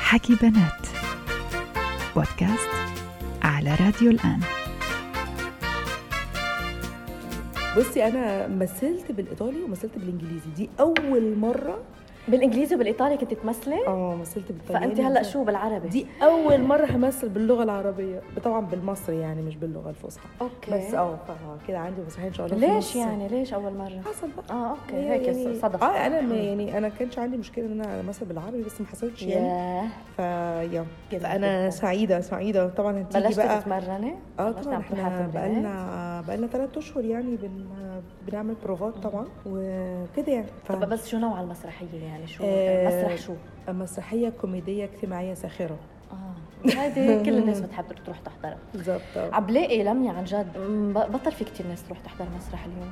حكي بنات بودكاست على راديو الآن. بصي أنا مثلت بالإيطالي ومثلت بالإنجليزي، دي أول مرة. بالانجليزي وبالايطالي كنت تمثلي؟ مثلت بالطلياني. فانت هلا شو بالعربي؟ دي اول مره همثل باللغه العربيه، طبعا بالمصري يعني مش باللغه الفصحى. اوكي. بس كده عندي مسرحيه ان شاء الله. ليش يعني ليش اول مره حصل بقى؟ اوكي هيك يعني صدف. انا كانش عندي مشكله ان انا امثل بالعربي، بس ما حصلتش يعني. فانا سعيده طبعا. هتيجي بلشت بقى تتمرني؟ طبعا احنا بقالنا 3 اشهر يعني بنعمل بروفات طبعا وكده يعني. طب بس شو نوع المسرحيه يعني؟ شو المسرح؟ شو مسرحيه كوميديه اجتماعيه ساخره. هذه كل الناس بتحب تروح تحضرها. بالضبط. عبلاقي لميا عن جد بطل في كتير ناس تروح تحضر مسرح اليوم.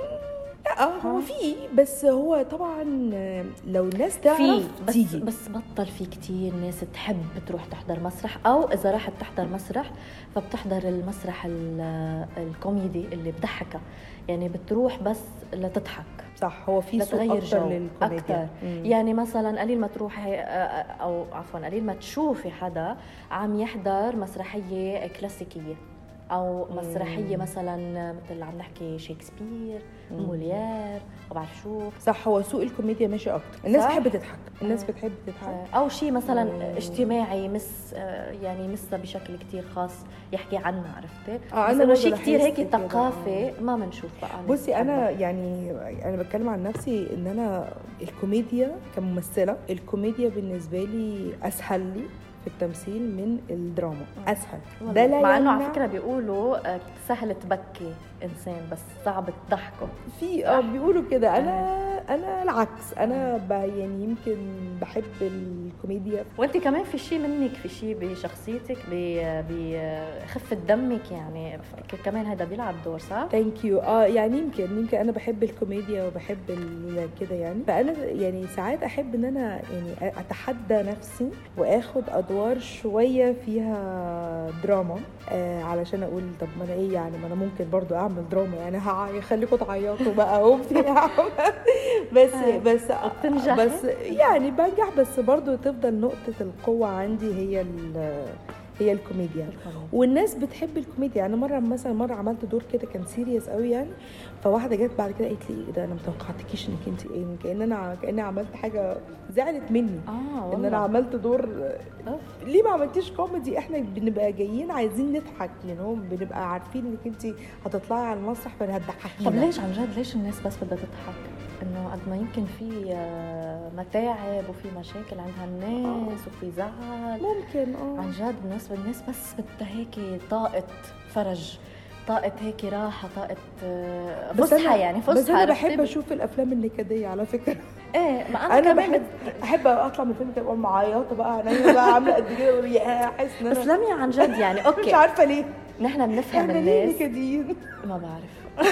هو في، بس هو طبعا لو الناس تعرف تيجي، بس بطل في كتير ناس تحب تروح تحضر مسرح، او اذا راحت تحضر مسرح فبتحضر المسرح الكوميدي اللي بضحكها، يعني بتروح بس لتضحك. صح، هو في سوق اكتر للكوميديا. يعني مثلا قليل ما تروحي او عفوا قليل ما تشوفي حدا عم يحضر مسرحيه كلاسيكيه او مسرحيه مثلا مثل عم نحكي شكسبير، موليير، ما بعرف شو. صح، هو سوق الكوميديا ماشي اكتر. الناس بتحب تضحك، الناس بتحب تضحك. او شيء مثلا اجتماعي يعني مسه بشكل كتير خاص يحكي عنه، عرفتي؟ انا شيء كتير هيك ثقافه ما بنشوف بقى. بصي انا يعني انا بتكلم عن نفسي ان انا الكوميديا كممثله، الكوميديا بالنسبه لي اسهل لي في التمثيل من الدراما. اسهل. ده لا مع انه على فكره بيقولوا سهل تبكي انسان بس صعب تضحكه. في بيقولوا كده. انا العكس. انا يعني يمكن بحب الكوميديا. وانت كمان في شيء منك، في شيء بشخصيتك، بخفه دمك يعني كمان هذا بيلعب دور. صح؟ ثانك يو. يعني يمكن انا بحب الكوميديا وبحب كده يعني. فانا يعني ساعات احب ان انا يعني اتحدى نفسي واخد ادوار شويه فيها دراما، علشان اقول طب ما انا ايه يعني، ما انا ممكن برضو اعمل دراما يعني، هخليكم تعيطوا بقى وبتاع. بس يعني بنجح، بس برضو تفضل نقطه القوه عندي هي الكوميديا. والناس بتحب الكوميديا يعني. مره عملت دور كده كان سيريس قوي يعني، فواحده جت بعد كده قالت لي ده انا متوقعتكيش انك انت ايه، كأني عملت حاجه زعلت مني. ان انا عملت دور. ليه ما عملتيش كوميدي؟ احنا بنبقى جايين عايزين نضحك يعني، بنبقى عارفين انك انت هتطلعي على المسرح فهتضحكينا. طب ليش عن جد ليش الناس بس بدها تضحك؟ انه قد ما يمكن في متاعب وفي مشاكل عندها الناس وفي زعل ممكن عن جد الناس بس بدها هيك طاقة فرج، طاقة هيك راحة، طاقة فسحة يعني فسحة. بس أنا بحب أشوف الأفلام النكدية على فكرة. ما أنا بحب أطلع من الفيلم كده معيطة بقى، أنا بقى عاملة قد كده يا حس. بس لميا عن جد يعني أوكي مش عارفة ليه نحن بنفهم الناس نكديين. ما بعرف.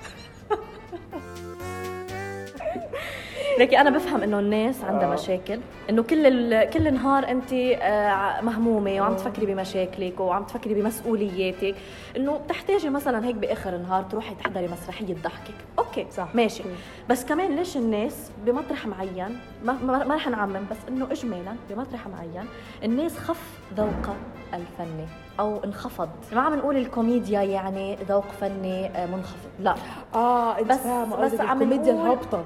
لكن أنا بفهم إنه الناس عندها مشاكل، إنه كل نهار أنت مهمومة وعم تفكري بمشاكلك وعم تفكري بمسؤولياتك، إنه بتحتاجي مثلا هيك بآخر النهار تروحي تحضري مسرحية تضحكك. أوكي صح ماشي. بس كمان ليش الناس بمطرح معين ما رح نعمم، بس إنه إجمالا بمطرح معين الناس خف ذوقها الفني أو انخفض. ما عم نقول الكوميديا يعني ذوق فني منخفض، لا. بس عم الكوميديا الهابطة.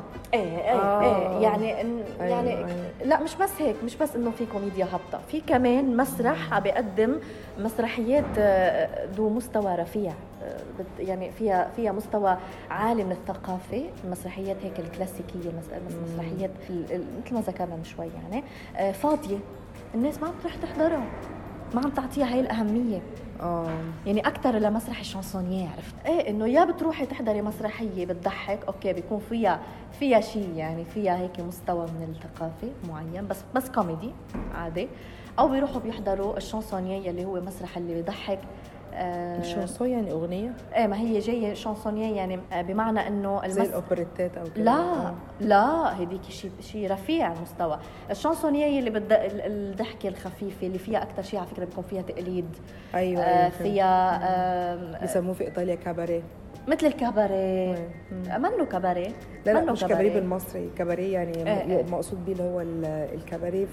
يعني لا مش بس هيك، مش بس انه في كوميديا هابطه، في كمان مسرح عم بيقدم مسرحيات ذو مستوى رفيع، يعني فيها مستوى عالي من الثقافه. المسرحيات هيك الكلاسيكيه، المسرحيات مثل ما ذكرنا من شوي يعني فاضيه، الناس ما عم تروح تحضرها، ما عم تعطيها هاي الأهمية. يعني أكتر لمسرح الشانسونية، عرفت؟ إنه يا بتروحي تحضري مسرحية بتضحك، أوكي بيكون فيها شيء يعني، فيها هيك مستوى من الثقافة معين، بس كوميدي عادي، أو بيروحوا بيحضروا الشانسونية اللي هو مسرح اللي بيضحك. الشانسون يعني أغنية؟ ما هي جاية شانسونية يعني بمعنى إنه زي الأوبريتات أو كده. لا هذيك شيء رفيع المستوى. الشانسونية اللي الضحكة الخفيفة اللي فيها أكتر شيء على فكرة بيكون فيها تقليد. أيوة فيها بيسموه في إيطاليا كاباريه، مثل الكاباريه. منه كاباريه، لا مش كاباريه بالمصري، كاباريه يعني مقصود بيه اللي هو الكاباريه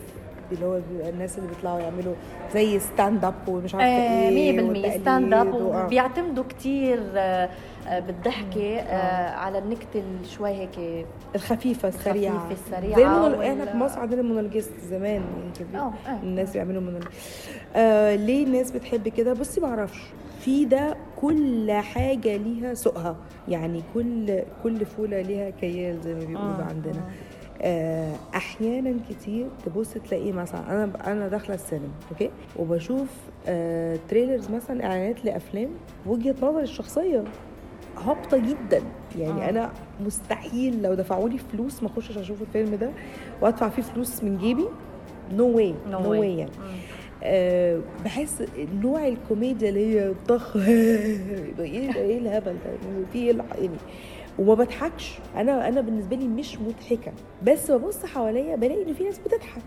اللي هو الناس اللي بيطلعوا يعملوا زي ستاند اب ومش عارفه ايه 100% ستاند اب، بيعتمدوا كتير بالضحكه على النكته شوي هيك الخفيفه السريعه زي احنا في مصر عندنا المونولوجيست زمان يعني الناس بيعملوا مونولوج. ليه الناس بتحب كده؟ بصي بعرفش، في ده كل حاجه ليها سوقها، يعني كل فوله ليها كيال زي ما بيقولوا عندنا. احيانا كتير تبص تلاقي مثلا انا داخله السينما اوكي وبشوف تريلرز مثلا اعلانات لافلام وجهه نظري الشخصيه هابطه جدا، يعني انا مستحيل لو دفعوا لي فلوس ما اخشش اشوف الفيلم ده وادفع فيه فلوس من جيبي. نو واي يعني. بحس نوع الكوميديا اللي هي طخ ايه الهبل ده في يعني وما بضحكش. انا بالنسبه لي مش مضحكه، بس ببص حواليا بلاقي ان في ناس بتضحك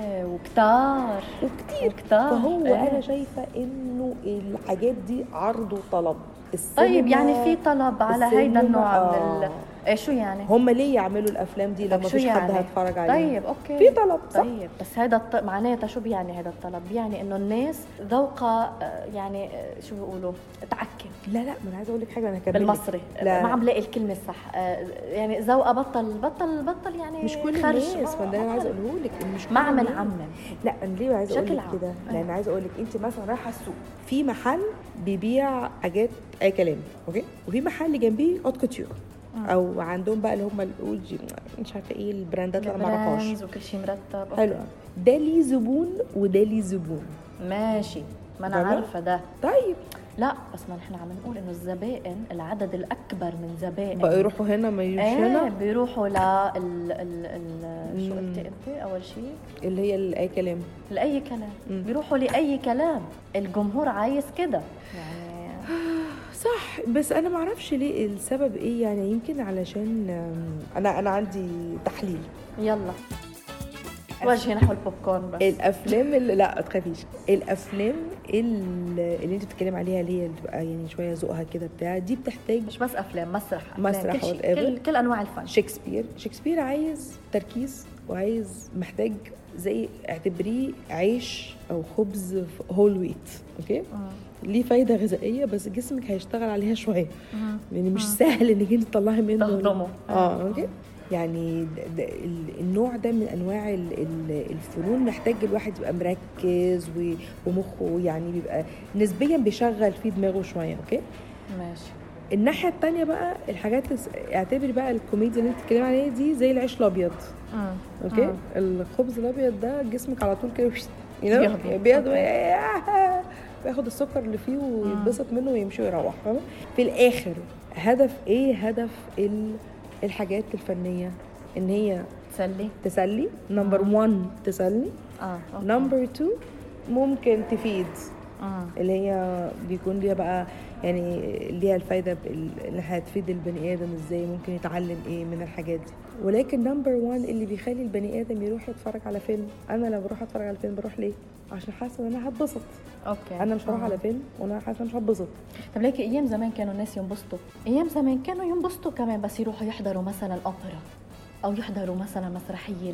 وكتير. فهو انا شايفه انه الحاجات دي عرض وطلب. طيب يعني في طلب على هيدا النوع من شو يعني هم ليه يعملوا الافلام دي لما فيش حد هيتفرج عليها؟ طيب اوكي في طلب صح؟ طيب بس هذا معناته شو بيعني هذا الطلب؟ بيعني انه الناس ذوقها يعني شو بيقولوا تعكن. لا ما انا عايزه اقول لك حاجه، انا كمان بالمصري ما عم لاقي الكلمه الصح. يعني ذوقها بطل يعني مش كل الناس. ما ده انا عايزه اقوله لك مش ما عم نعمم. لا انا ليه عايزه اقول لك كده؟ لان عايزه اقول لك انت مثلا رايحه السوق في محل بيبيع حاجات اي كلام اوكي، وفي محل جنبيه اوت كوتيور او عندهم بقى اللي هم الاولجي مش عارفه ايه البراندات اللي ما اعرفهاش وكل شيء مرتب حلو. ده ليه زبون وده ليه زبون ماشي، ما انا عارفه ده. طيب لا بس ما نحن عم نقول انه الزبائن العدد الاكبر من زبائن بقى يروحوا هنا ما يجوش هنا، بيروحوا شو قلتي انت اول شيء اللي هي الاي كلام لاي كلام بيروحوا لاي كلام. الجمهور عايز كده يعني صح، بس انا ما اعرفش ليه السبب ايه، يعني يمكن علشان انا عندي تحليل. يلا وجهي نحو البوب كورن. بس الافلام اللي لا تخافيش، الافلام اللي انت بتتكلم عليها اللي هي بتبقى يعني شويه ذوقها كده بتاع دي بتحتاج مش بس افلام، مسرح كل انواع الفن. شكسبير عايز تركيز وعايز محتاج زي اعتبريه عيش او خبز هول ويت اوكي ليه فايده غذائيه بس جسمك هيشتغل عليها شويه يعني مش سهل انك انت تطلعي منه تهضمه اوكي يعني النوع ده من انواع الفنون محتاج الواحد يبقى مركز ومخه يعني بيبقى نسبيا بيشغل فيه دماغه شويه اوكي ماشي. الناحيه التانية بقى الحاجات اعتبري بقى الكوميديا اللي انت بتتكلمي عليها دي زي العيش الابيض اوكي الخبز الابيض ده جسمك على طول كده بياخد بياخد السكر اللي فيه ويتبسط منه ويمشي ويروح. في الاخر هدف الحاجات الفنيه ان هي تسلي نمبر 1 تسلي نمبر 2 ممكن تفيد اللي هي بيكون ليها بقى يعني ليها الفايده اللي هتفيد البني ادم ازاي ممكن يتعلم ايه من الحاجات دي. ولكن نمبر 1 اللي بيخلي البني ادم يروح يتفرج على فيلم، انا لو بروح اتفرج على فيلم بروح ليه؟ عشان حاسه ان انا هتبسط. اوكي انا مش هروح على فيلم وانا حاسه مش هتبسط. طب ليكي ايام زمان كانوا الناس ينبسطوا، ايام زمان كانوا ينبسطوا كمان بس يروحوا يحضروا مثلا اوبرا او يحضروا مثلا مسرحيه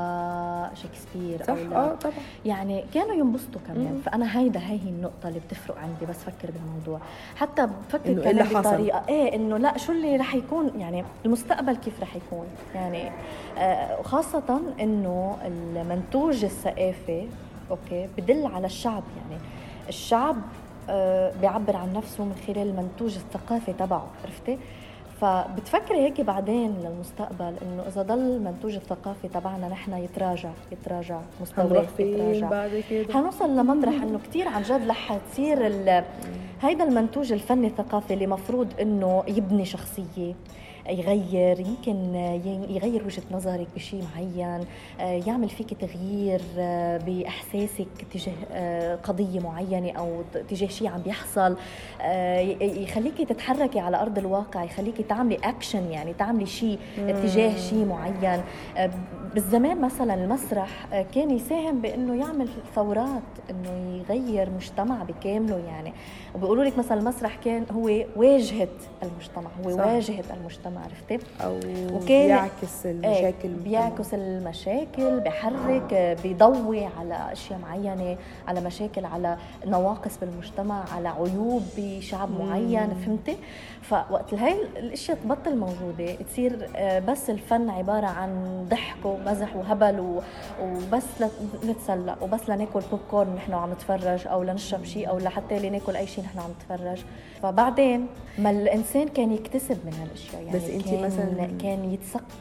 لشكسبير او لا طبعا يعني كانوا ينبسطوا كمان. فانا هي النقطه اللي بتفرق عندي بس فكر بالموضوع، حتى بفكر كمان بطريقه انه لا شو اللي رح يكون يعني المستقبل كيف رح يكون يعني خاصه انه المنتوج الثقافي اوكي بدل على الشعب، يعني الشعب بيعبر عن نفسه من خلال المنتوج الثقافي تبعه، عرفتي؟ فبتفكري هيك بعدين للمستقبل انه اذا ضل المنتوج الثقافي تبعنا نحن يتراجع مستواه يتراجع بعد كده حنوصل لمطرح انه كتير عن جد رح تصير هيدا المنتوج الفني الثقافي اللي مفروض انه يبني شخصيه، يغير يمكن يغير وجهة نظرك بشيء معين، يعمل فيك تغيير بإحساسك تجاه قضية معينة أو تجاه شيء عم بيحصل، يخليكي تتحركي على أرض الواقع، يخليكي تعملي أكشن يعني تعملي شيء تجاه شيء معين. بالزمان مثلا المسرح كان يساهم بأنه يعمل ثورات، أنه يغير مجتمع بكامله يعني. وبيقولوا لك مثلا المسرح كان هو واجهة المجتمع، هو صح. واجهة المجتمع المجتمع، عرفتي؟ او بيعكس المشاكل، بيعكس المشاكل، بيحرك، بيضوي على اشياء معينه، على مشاكل، على نواقص بالمجتمع، على عيوب بشعب معين، فهمتي؟ فوقت هاي الاشياء تبطل موجوده، تصير بس الفن عباره عن ضحك ومزح وهبل وبس نتسلى وبس لناكل بوب كورن نحن عم نتفرج، او لنشرب شيء، او لحتى لناكل اي شيء نحن عم نتفرج. فبعدين ما الانسان كان يكتسب من هالاشياء، يعني بس انت مثلا كان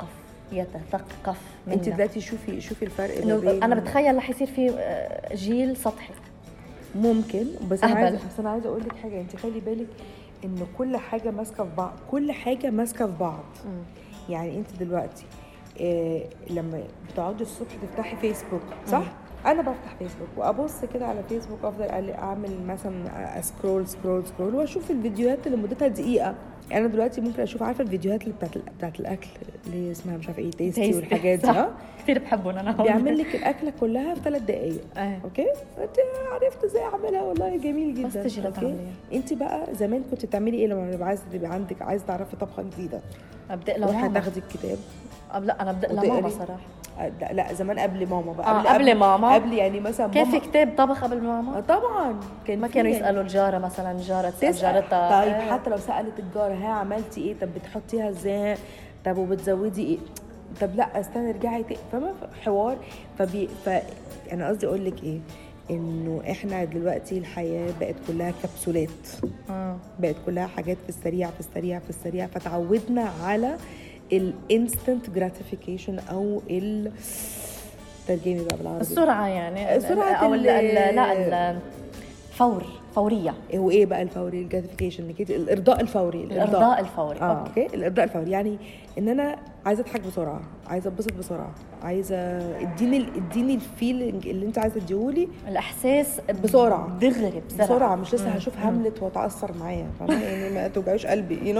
يتثقف منها. انت دلوقتي شوفي الفرق ما بين، انا بتخيل رح يصير في جيل سطحي ممكن، بس انا عايزه اقول لك حاجه. انت خلي بالك ان كل حاجه ماسكه في بعض، كل حاجه ماسكه في بعض. يعني انت دلوقتي لما بتقعدي الصبح تفتحي فيسبوك، صح؟ انا بفتح فيسبوك وابص كده على فيسبوك، افضل اعمل مثلا سكرول واشوف الفيديوهات اللي مدتها دقيقه. انا دلوقتي ممكن اشوف، عارفه الفيديوهات اللي بتاعت الاكل اللي اسمها مش عارفه ايه، تيستي والحاجات دي، كثير بحبهم انا. بيعمل لك الاكله كلها في 3 دقائق. اوكي، انت عرفت ازاي اعملها؟ والله جميل جدا. بس تجي لك انت بقى زمان كنت بتعملي ايه لما عايزه تبقى عندك، عايزه تعرفي طبخه جديده؟ ابدا لماما. تاخدي الكتاب؟ لا انا ابدا لماما صراحه. لا زمان قبل ماما بقى. قبل ماما، قبل يعني مثلا كان في كتاب طبخ قبل ماما. طبعا ما كانوا يسالوا الجاره مثلا، جاره تسال جارتها. طيب حتى لو سالت الجاره ها عملتي ايه، طب بتحطيها ازاي، طب وبتزودي ايه، طب لا استنى ارجعي فما حوار. انا قصدي اقول لك ايه، انه احنا دلوقتي الحياه بقت كلها كبسولات. بقت كلها حاجات في السريع، فتعودنا على الانستنت جراتيفيكيشن او ترجمي بقى بالعربي السرعه، يعني السرعه او لا فوريه. هو ايه بقى الفوري؟ الجراتيفيكيشن، الارضاء الفوري. اوكي، الارضاء الفوري يعني ان انا عايزه اضحك بسرعه، عايزه اتبسط بسرعه، عايزه اديني الفيلينج اللي انت عايزه تديهولي، الاحساس بسرعه دغري بسرعه. مش لسه هشوف هاملت واتاثر معاه، فاهمه؟ يعني ما توجعوش قلبي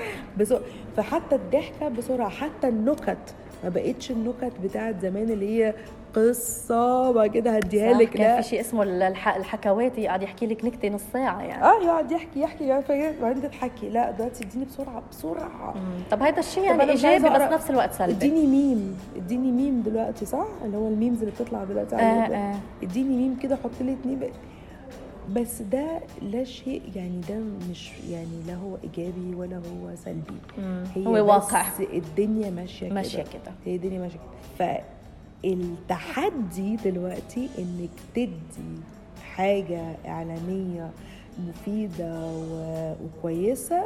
فحتى الضحكه بسرعه، حتى النكت ما بقتش النكت بتاعت زمان اللي هي قصه بقى كده هديها لك. لا، كان في شيء اسمه الحكواتي، يقعد يحكي لك نكته نص ساعه يعني. يقعد يحكي وبعدين تضحكي. لا دلوقتي اديني بسرعه. طب هذا الشيء يعني ايجابي بس نفس الوقت سلبي. اديني ميم دلوقتي، صح؟ اللي هو الميمز اللي بتطلع دلوقتي اديني ميم كده، حط لي 2 بس ده لا شيء يعني، ده مش يعني لا هو ايجابي ولا هو سلبي. هو واقع. الدنيا ماشيه كده. هي الدنيا ماشيه كده. فالتحدي دلوقتي انك تدي حاجه اعلاميه مفيده وكويسه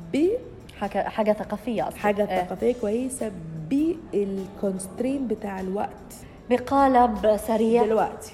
حاجه ثقافيه اصلا، حاجه ثقافيه كويسه بالكونسترين بتاع الوقت، بقالب سريع دلوقتي.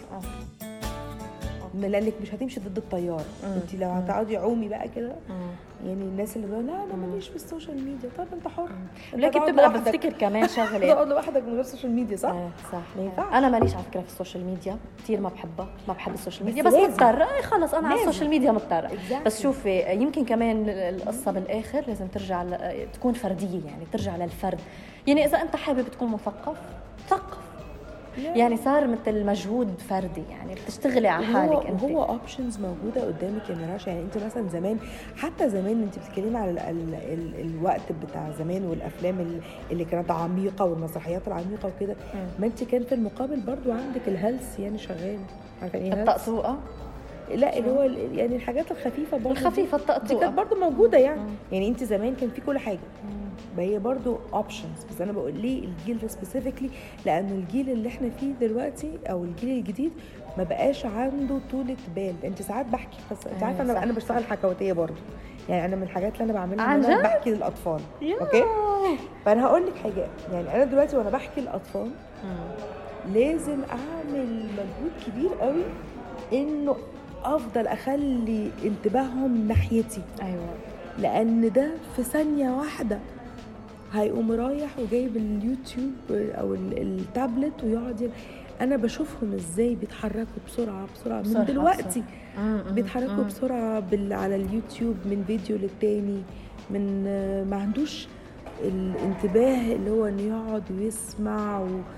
لانك مش هتمشي ضد التيار. انت لو هتقعدي عومي بقى كده، يعني الناس اللي بيقولوا لا انا ماليش في السوشيال ميديا، طب انت حر. لكن بتبقى بفتكر كمان شغله تقعد لوحدك من غير السوشيال ميديا، صح؟ صح. انا ماليش على فكره في السوشيال ميديا كثير، ما بحب السوشيال ميديا، بس مضطر. خلص انا على السوشيال ميديا مضطر. بس شوفي، يمكن كمان القصه بالاخر لازم ترجع تكون فرديه، يعني ترجع للفرد. يعني اذا انت حابب تكون مثقف، ثقف. يعني صار مثل مجهود فردي، يعني بتشتغلي على حالك انت. هو اوبشنز موجوده قدامك يا رشا. يعني انت مثلا زمان، حتى زمان انت بتتكلمي على الوقت بتاع زمان والافلام اللي كانت عميقه والمسرحيات العميقه وكده، ما انت كان في المقابل برضو عندك الهلس يعني شغال. عارفه ايه الطقطوقه؟ لا اللي هو يعني الحاجات الخفيفه برضو، الخفيفه، الطقطوقه دي كانت برضو موجوده يعني. يعني انت زمان كان في كل حاجه، هي برضو اوبشنز. بس انا بقول ليه الجيل ده سبيسيفيكلي، لان الجيل اللي احنا فيه دلوقتي او الجيل الجديد ما بقاش عنده طولة بال. انت ساعات بحكي، بس انت عارفه انا بشتغل حكواتيه برضو، يعني انا من الحاجات اللي انا بعملها ان انا بحكي للاطفال. اوكي، فانا هقول لك حاجه. يعني انا دلوقتي وانا بحكي للاطفال لازم اعمل مجهود كبير قوي انه افضل اخلي انتباههم ناحيتي. ايوه، لان ده في ثانيه واحده هيقوم رايح وجايب اليوتيوب او التابلت ويقعد انا بشوفهم ازاي بيتحركوا بسرعه من دلوقتي. بيتحركوا بسرعه على اليوتيوب من فيديو للتاني، من ما عندوش الانتباه اللي هو انه يقعد ويسمع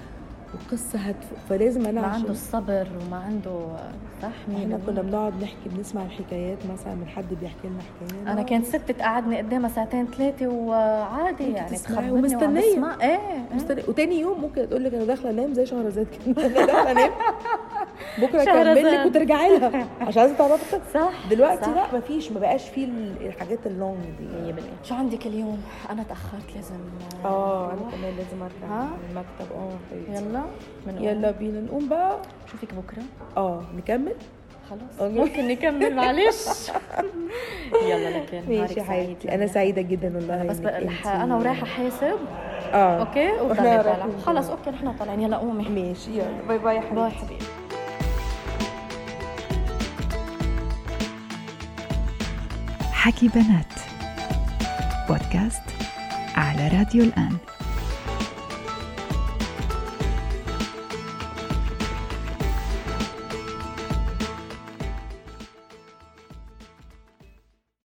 وقصه فلازم انا ما عشان عنده الصبر وما عنده صح. احنا كنا بنقعد نحكي بنسمع الحكايات مثلا من حد بيحكي لنا حكايه، انا كانت ستي تقعدني قدامها ساعتين ثلاثه وعادي يعني تخبرني ومستنيه. ايه وتاني يوم ممكن تقول لك انا داخله انام زي شهرزاد كده انا داخله انام بكره اكمل لك وترجعي لها عشان عايزه تعرفي. صح دلوقتي صح. لا مفيش، ما بقاش فيه الحاجات اللونج دي. شو عندك اليوم؟ انا تاخرت لازم انا كمان لازم ارجع المكتب. يلا يلا بينا نقوم بقى. شوفك بكره نكمل خلاص. ممكن نكمل معلش. يلا لك ماشي حياتي. انا سعيده جدا والله. بس انا ورايحه حاسب. اوكي خلاص اوكي نحن طالعين. يلا قومي. ماشي يلا باي باي يا حبيبي. باي حبيبي. حكي بنات بودكاست على راديو الآن.